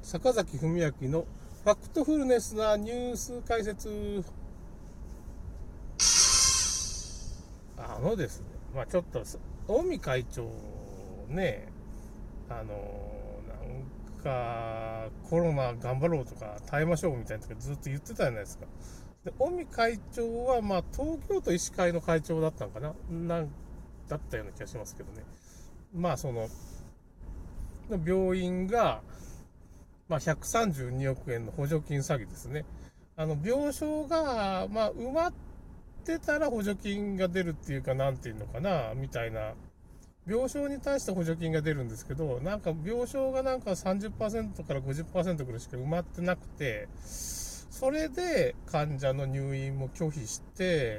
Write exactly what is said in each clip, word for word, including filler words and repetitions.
坂崎文明のファクトフルネスなニュース解説。あのですね、まあちょっと近江会長ね、あのなんかコロナ頑張ろうとか耐えましょうみたいなとかずっと言ってたじゃないですか。で近江会長はまあ東京都医師会の会長だったのかな、なんだったような気がしますけどね。まあその病院がまあ、ひゃくさんじゅうにおくえんの補助金詐欺ですね。あの病床が、まあ、埋まってたら補助金が出るっていうか、なんていうのかな、みたいな。病床に対して補助金が出るんですけど、なんか病床がなんか さんじゅっパーセント から ごじゅっパーセント くらいしか埋まってなくて、それで患者の入院も拒否して、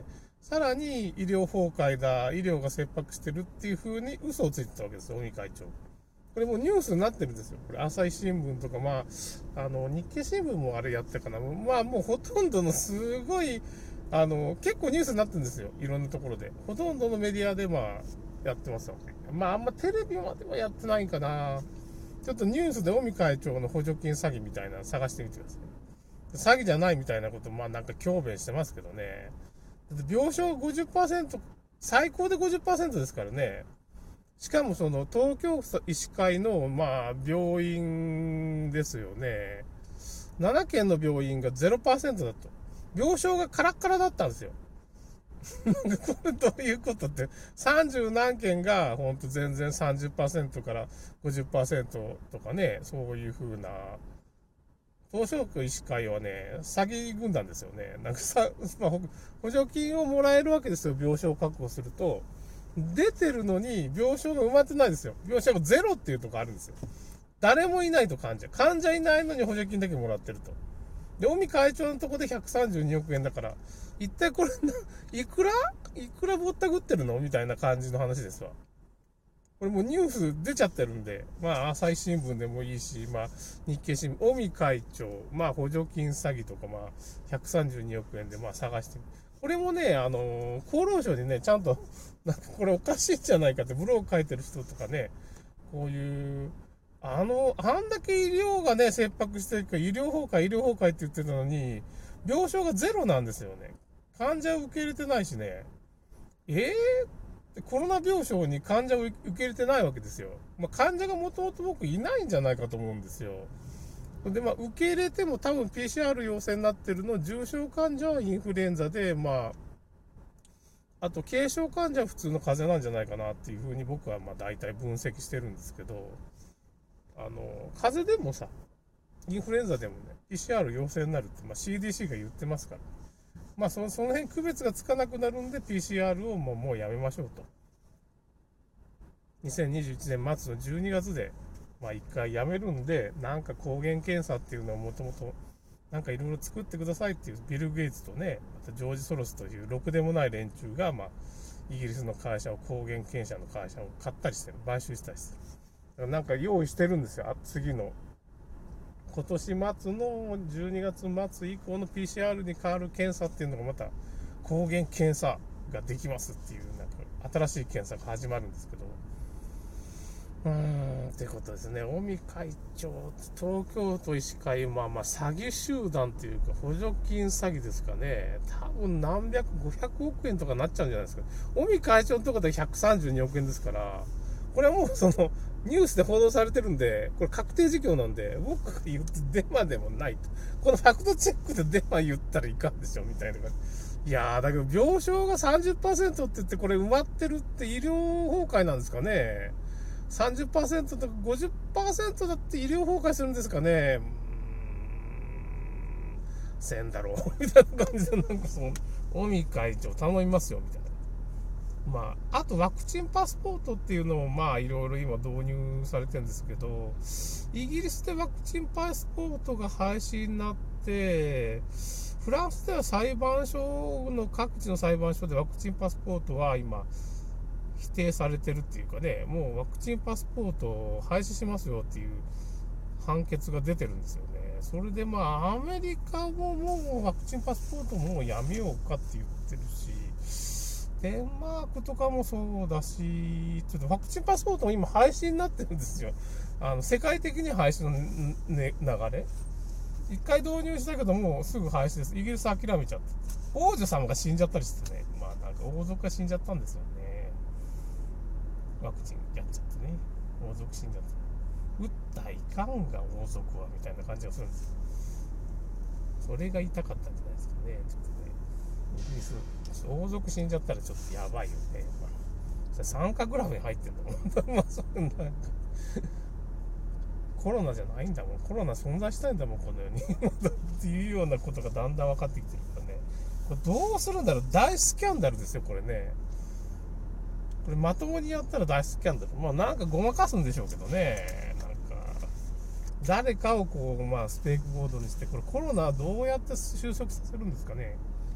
さらに医療崩壊だ、医療が切迫してるっていう風に嘘をついてたわけですよ、尾身会長。これもうニュースになってるんですよ。これ朝日新聞とか、まあ、あの、日経新聞もあれやったかな。まあもうほとんどのすごい、あの、結構ニュースになってるんですよ。いろんなところで。ほとんどのメディアでまあ、やってますわけ。まああんまテレビまではやってないかな。ちょっとニュースで尾身会長の補助金詐欺みたいなの探してみてください。詐欺じゃないみたいなこと、まあなんか強弁してますけどね。だって病床 ごじゅっパーセント、最高で ごじゅっパーセント ですからね。しかもその東京医師会のまあ病院ですよね。ななけんの病院が ゼロパーセント だと。病床がカラッカラだったんですよ。これどういうことって、さんじゅうなんけんがほんと全然 さんじゅっパーセント から ごじゅっパーセント とかね、そういう風な、東京都医師会はね、詐欺軍団ですよね。なんかさ、まあ、補助金をもらえるわけですよ、病床を確保すると。出てるのに病床が埋まってないですよ。病床がゼロっていうとこあるんですよ。誰もいないと患者。患者いないのに補助金だけもらってると。で、尾身会長のとこでひゃくさんじゅうにおくえんだから、一体これ、いくらいくらぼったくってるのみたいな感じの話ですわ。これもうニュース出ちゃってるんで、まあ朝日新聞でもいいし、まあ日経新聞、尾身会長、まあ補助金詐欺とか、まあひゃくさんじゅうにおくえんでまあ探してみる。これもね、あのー、厚労省にね、ちゃんと、なんかこれおかしいんじゃないかってブログ書いてる人とかね、こういう、あの、あんだけ医療がね、切迫してるから、医療崩壊、医療崩壊って言ってたのに、病床がゼロなんですよね。患者を受け入れてないしね。えー、コロナ病床に患者を受け入れてないわけですよ。まあ、患者がもともと僕いないんじゃないかと思うんですよ。で、まあ、受け入れても多分 ピーシーアール 陽性になってるの、重症患者はインフルエンザで、まあ、あと軽症患者は普通の風邪なんじゃないかなっていうふうに僕はまあ大体分析してるんですけど、あの、風邪でもさ、インフルエンザでもね、ピーシーアール 陽性になるって、まあ、シーディーシー が言ってますから、まあその、その辺区別がつかなくなるんで ピーシーアール をもう、もうやめましょうと。にせんにじゅういちねん末のじゅうにがつで、まあ一回やめるんで、なんか抗原検査っていうのをもともと、なんかいろいろ作ってくださいっていうビル・ゲイツとね、またジョージ・ソロスというろくでもない連中が、まあ、イギリスの会社を、抗原検査の会社を買ったりしてる、買収したりしてる。だからなんか用意してるんですよ、次の。今年末のじゅうにがつ末以降の ピーシーアール に変わる検査っていうのがまた、抗原検査ができますっていう、なんか新しい検査が始まるんですけど、うーん、ってことですね。尾身会長、東京都医師会、まあまあ詐欺集団というか補助金詐欺ですかね。多分何百、ごひゃくおくえんとかなっちゃうんじゃないですか。尾身会長のところでひゃくさんじゅうにおくえんですから、これはもうそのニュースで報道されてるんで、これ確定事業なんで、僕が言ってデマでもないと。このファクトチェックでデマ言ったらいかんでしょ、みたいな感じ。いやー、だけど病床が さんじゅっパーセント って言ってこれ埋まってるって医療崩壊なんですかね。さんじゅっパーセント とか ごじゅっパーセント だって医療崩壊するんですかね。うーん、せんだろうみたいな感じで、なんかその、尾身会長頼みますよ、みたいな。まあ、あとワクチンパスポートっていうのも、まあ、いろいろ今導入されてるんですけど、イギリスでワクチンパスポートが廃止になって、フランスでは裁判所の、各地の裁判所でワクチンパスポートは今、否定されてるっていうかね、もうワクチンパスポートを廃止しますよっていう判決が出てるんですよね。それでまあ、アメリカももうワクチンパスポートもうやめようかって言ってるし、デンマークとかもそうだし、ちょっとワクチンパスポートも今廃止になってるんですよ。 あの世界的に廃止の、ね、流れ、一回導入したけどもうすぐ廃止です。イギリス諦めちゃった。王女様が死んじゃったりしてね、まあなんか王族が死んじゃったんですよね。ワクチンやっちゃってね、王族死んじゃった。打ったらいかんが王族はみたいな感じがするんですよ。それが痛かったんじゃないですかね。ちょっとね、イギリス王族死んじゃったらちょっとやばいよね。まあ、それ酸化グラフに入ってんだもん。まあそんなんかコロナじゃないんだもん。コロナ存在したいんだもん、この世に。っていうようなことがだんだん分かってきてるからね。これどうするんだろう。大スキャンダルですよ、これね。これまともにやったら大スキャンダル。まあなんかごまかすんでしょうけどね。なんか、誰かをこう、まあスペークボードにして、これコロナはどうやって収束させるんですかね。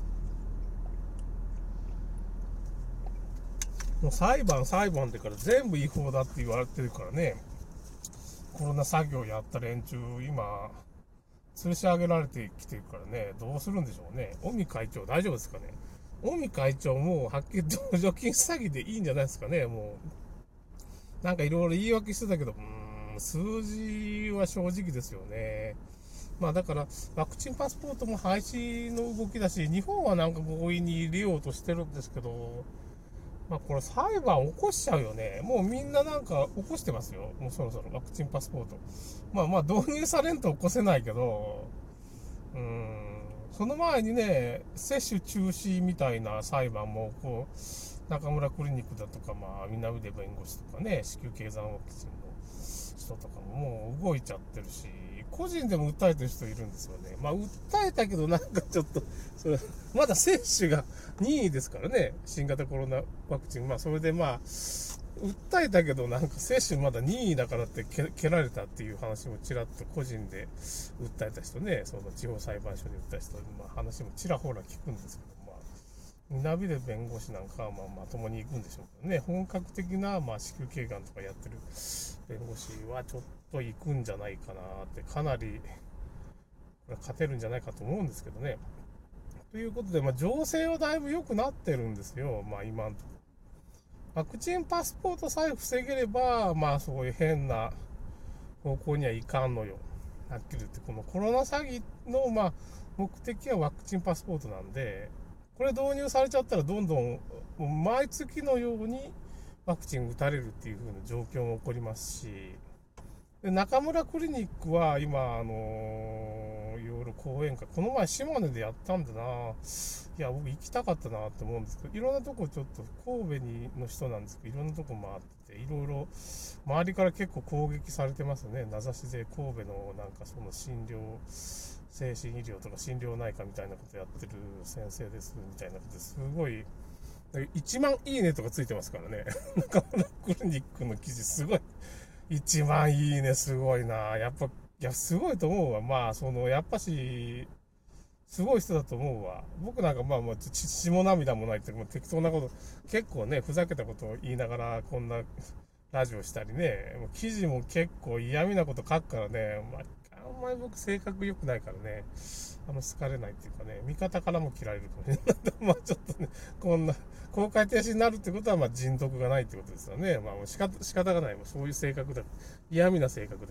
もう裁判裁判でから全部違法だって言われてるからね。コロナ作業やった連中、今、吊るし上げられてきてるからね、どうするんでしょうね。尾身会長、大丈夫ですかね。尾身会長も、はっきりと除菌詐欺でいいんじゃないですかね、もう。なんかいろいろ言い訳してたけど、うーん、数字は正直ですよね。まあだから、ワクチンパスポートも廃止の動きだし、日本はなんか強引に入れようとしてるんですけど、まあこれ裁判起こしちゃうよね。もうみんななんか起こしてますよ。もうそろそろワクチンパスポート。まあまあ導入されんと起こせないけど、うーん、その前にね、接種中止みたいな裁判も、こう、中村クリニックだとか、まあ、南出弁護士とかね、子宮頸がんワクチンの人とかももう動いちゃってるし、個人でも訴えてる人いるんですよね。まあ、訴えたけど、なんかちょっと、それ、まだ接種がにいですからね、新型コロナワクチン。まあ、それでまあ、訴えたけど、なんか接種まだにいだからって蹴られたっていう話もちらっと個人で訴えた人ね、その地方裁判所に訴えた人、まあ、話もちらほら聞くんですけど、まあ、南出弁護士なんかはまあまともに行くんでしょうけどね、本格的なまあ子宮頸がんとかやってる弁護士はちょっと行くんじゃないかなって、かなりこれ勝てるんじゃないかと思うんですけどね。ということで、まあ、情勢はだいぶ良くなってるんですよ、まあ、今のところ。ワクチンパスポートさえ防げれば、まあそういう変な方向にはいかんのよ。はっきり言って、このコロナ詐欺の、まあ、目的はワクチンパスポートなんで、これ導入されちゃったらどんどん、もう毎月のようにワクチン打たれるっていう風な状況も起こりますし、で中村クリニックは今、あのー、いろいろ講演会、この前島根でやったんだな。いや、僕行きたかったなって思うんですけど、いろんなとこちょっと神戸にの人なんですけど、いろんなとこ回ってて、いろいろ周りから結構攻撃されてますね。名指しで神戸のなんかその診療、精神医療とか心療内科みたいなことやってる先生ですみたいなことですごい、いちまんいいねとかついてますからね。中村クリニックの記事すごい。いちまんいいね、すごいな。やっぱ、いや、すごいと思うわ。まあ、その、やっぱし、すごい人だと思うわ。僕なんか、まあ、まあ、血も涙もないっていうか、もう適当なこと、結構ね、ふざけたことを言いながら、こんなラジオしたりね、もう記事も結構嫌味なこと書くからね、まあ、あんまり僕性格良くないからね、あんま好かれないっていうかね、味方からも嫌いるかもしれない。まあちょっとね、こんな、公開停止になるってことは、まあ人徳がないってことですよね。まあもう仕方、仕方がない。もうそういう性格だ。嫌味な性格だ。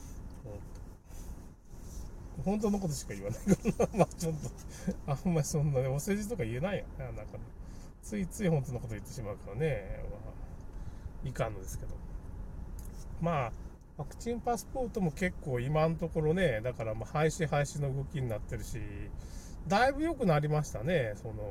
うん、本当のことしか言わないからまあちょっと、あんまりそんなね、お世辞とか言えないやん。なんかね、ついつい本当のこと言ってしまうからね、まあ、いかんのですけど。まあ、ワクチンパスポートも結構今のところね、だからまあ廃止廃止の動きになってるし、だいぶ良くなりましたね。その、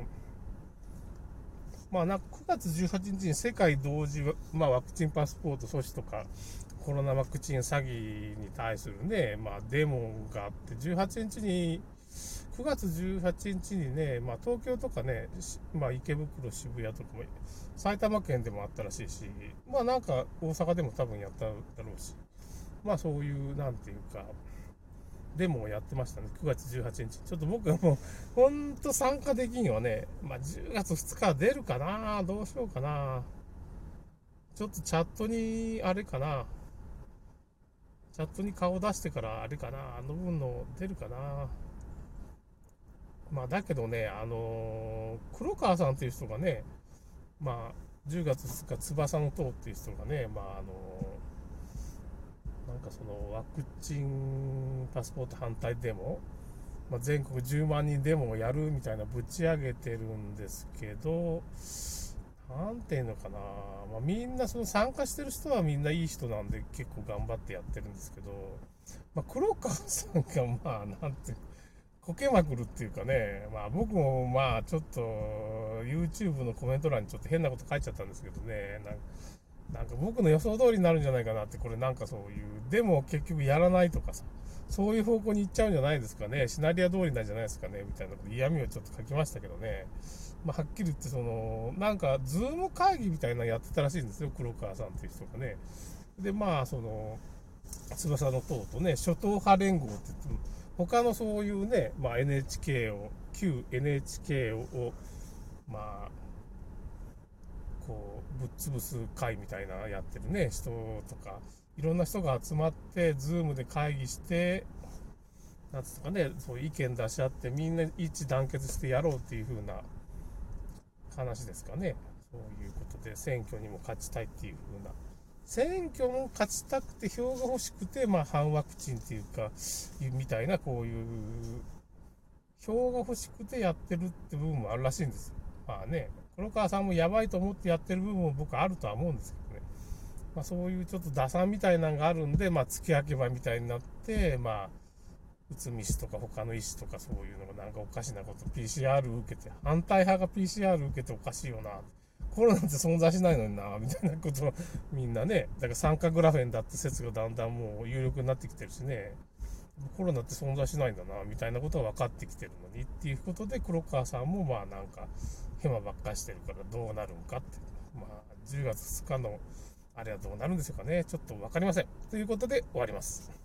まあなんかくがつじゅうはちにちに世界同時、まあ、ワクチンパスポート阻止とか、コロナワクチン詐欺に対するね、まあデモがあって、じゅうはちにちに、くがつじゅうはちにちにね、まあ東京とかね、まあ池袋、渋谷とかも、埼玉県でもあったらしいし、まあなんか大阪でも多分やっただろうし、まあそういう、なんていうか、デモをやってましたね、くがつじゅうはちにち。ちょっと僕はもう、ほんと参加できんよね。まあじゅうがつふつか出るかな、どうしようかな。ちょっとチャットに、あれかな。チャットに顔出してからあれかな、あの分の出るかな。まあだけどね、あのー、黒川さんっていう人がね、まあじゅうがつふつか翼の塔っていう人がね、まああのなんかそのワクチンパスポート反対デモ、まあ、全国じゅうまんにんデモをやるみたいなぶち上げてるんですけど、なんていうのかな、まあ、みんなその参加してる人はみんないい人なんで結構頑張ってやってるんですけど、まあ、黒川さんがまあなんてこけまくるっていうかね、まあ僕もまあちょっと YouTube のコメント欄にちょっと変なこと書いちゃったんですけどね、なんかなんか僕の予想通りになるんじゃないかなって、これなんかそういう、でも結局やらないとかさ、そういう方向に行っちゃうんじゃないですかね、シナリオ通りなんじゃないですかね、みたいなこと嫌味をちょっと書きましたけどね、まあはっきり言ってその、なんかズーム会議みたいなのやってたらしいんですよ、黒川さんっていう人がね。で、まあその、翼の党とね、諸党派連合って言っても、他のそういうね、まあ エヌエイチケー を、旧 エヌエイチケー を、まあ、こうぶっ潰す会みたいなやってるね人とかいろんな人が集まってズームで会議して、なんつうかね、そういう意見出し合ってみんな一致団結してやろうっていう風な話ですかね。そういうことで選挙にも勝ちたいっていう風な、選挙も勝ちたくて票が欲しくて、まあ反ワクチンっていうかみたいな、こういう票が欲しくてやってるって部分もあるらしいんですよ。まあね、黒川さんもやばいと思ってやってる部分も僕あるとは思うんですけどね。まあそういうちょっと打算みたいなのがあるんで、まあ月明けばみたいになって、まあ、内海氏とか他の医師とかそういうのがなんかおかしなこと、ピーシーアール 受けて、反対派が ピーシーアール 受けておかしいよな。コロナって存在しないのにな、みたいなことをみんなね、だから酸化グラフェンだって説がだんだんもう有力になってきてるしね。コロナって存在しないんだなみたいなことは分かってきてるのにっていうことで、黒川さんもまあなんかヘマばっかしてるからどうなるんかって、まあじゅうがつふつかのあれはどうなるんでしょうかね、ちょっと分かりませんということで終わります。